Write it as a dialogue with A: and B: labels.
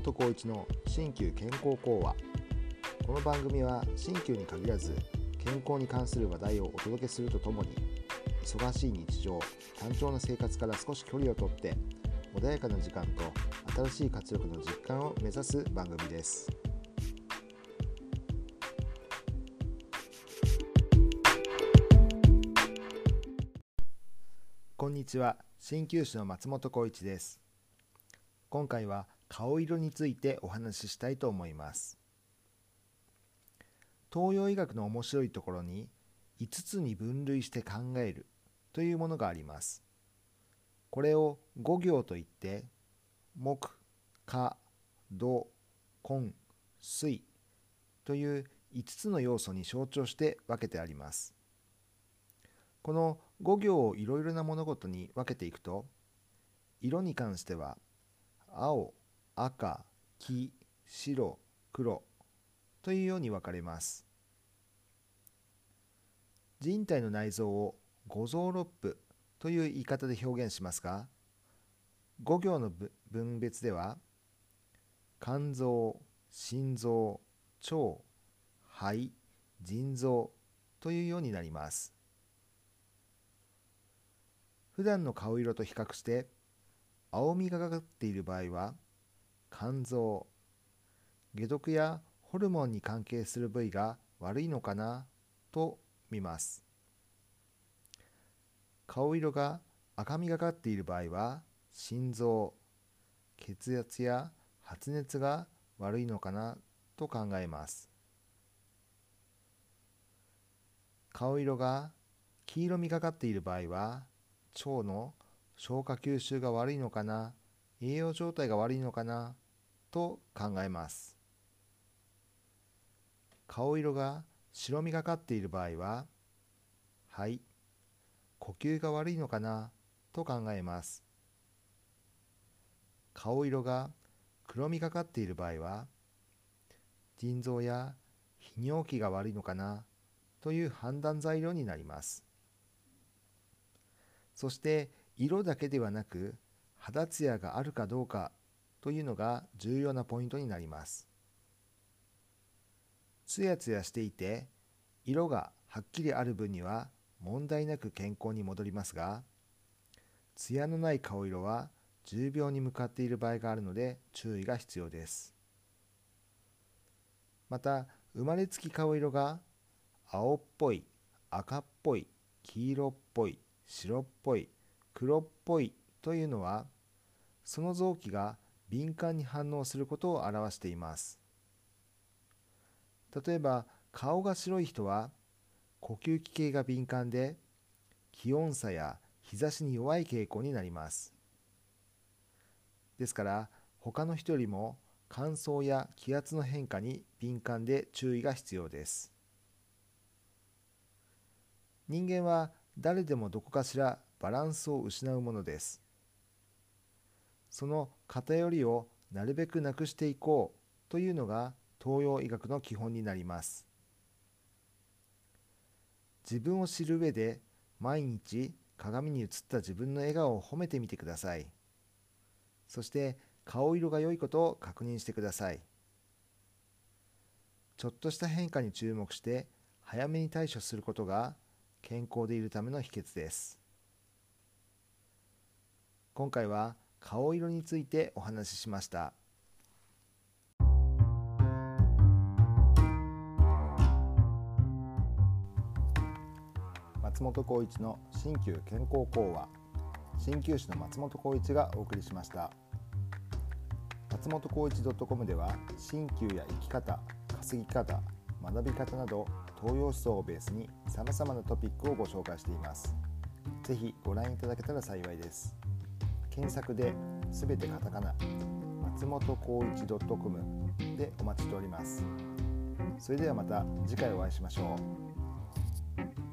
A: 本浩一の新旧健康講話。この番組は新旧に限らず健康に関する話題をお届けするとともに、忙しい日常、単調な生活から少し距離をとって穏やかな時間と新しい活力の実感を目指す番組です。こんにちは、鍼灸師の松本浩一です。今回は顔色についてお話ししたいと思います。東洋医学の面白いところに5つに分類して考えるというものがあります。これを5行といって、木、火、土、金、水という5つの要素に象徴して分けてあります。この5行をいろいろな物事に分けていくと、色に関しては青、赤、黄、白、黒というように分かれます。人体の内臓を五臓六腑という言い方で表現しますが、5行の分別では肝臓、心臓、腸、肺、腎臓というようになります。普段の顔色と比較して青みがかっている場合は肝臓、解毒やホルモンに関係する部位が悪いのかなと見ます。顔色が赤みがかっている場合は心臓、血圧や発熱が悪いのかなと考えます。顔色が黄色みがかっている場合は腸の消化吸収が悪いのかな、栄養状態が悪いのかなと考えます。顔色が白みがかっている場合は肺、呼吸が悪いのかなと考えます。顔色が黒みがかっている場合は腎臓や泌尿器が悪いのかなという判断材料になります。そして色だけではなく肌ツヤがあるかどうかというのが重要なポイントになります。ツヤツヤしていて色がはっきりある分には問題なく健康に戻りますが、ツヤのない顔色は重病に向かっている場合があるので注意が必要です。また生まれつき顔色が青っぽい、赤っぽい、黄色っぽい、白っぽい、黒っぽいというのは、その臓器が敏感に反応することを表しています。例えば顔が白い人は呼吸器系が敏感で気温差や日差しに弱い傾向になります。ですから他の人よりも乾燥や気圧の変化に敏感で注意が必要です。人間は誰でもどこかしらバランスを失うものです。その偏りをなるべくなくしていこうというのが東洋医学の基本になります。自分を知る上で毎日鏡に映った自分の笑顔を褒めてみてください。そして顔色が良いことを確認してください。ちょっとした変化に注目して早めに対処することが健康でいるための秘訣です。今回は顔色についてお話ししました。松本浩一の鍼灸健康講話。鍼灸師の松本浩一がお送りしました。松本浩一 .com では鍼灸や生き方、稼ぎ方、学び方など東洋思想をベースにさまざまなトピックをご紹介しています。ぜひご覧いただけたら幸いです。検索ですべてカタカナ、松本浩一 .com でお待ちしております。それではまた次回お会いしましょう。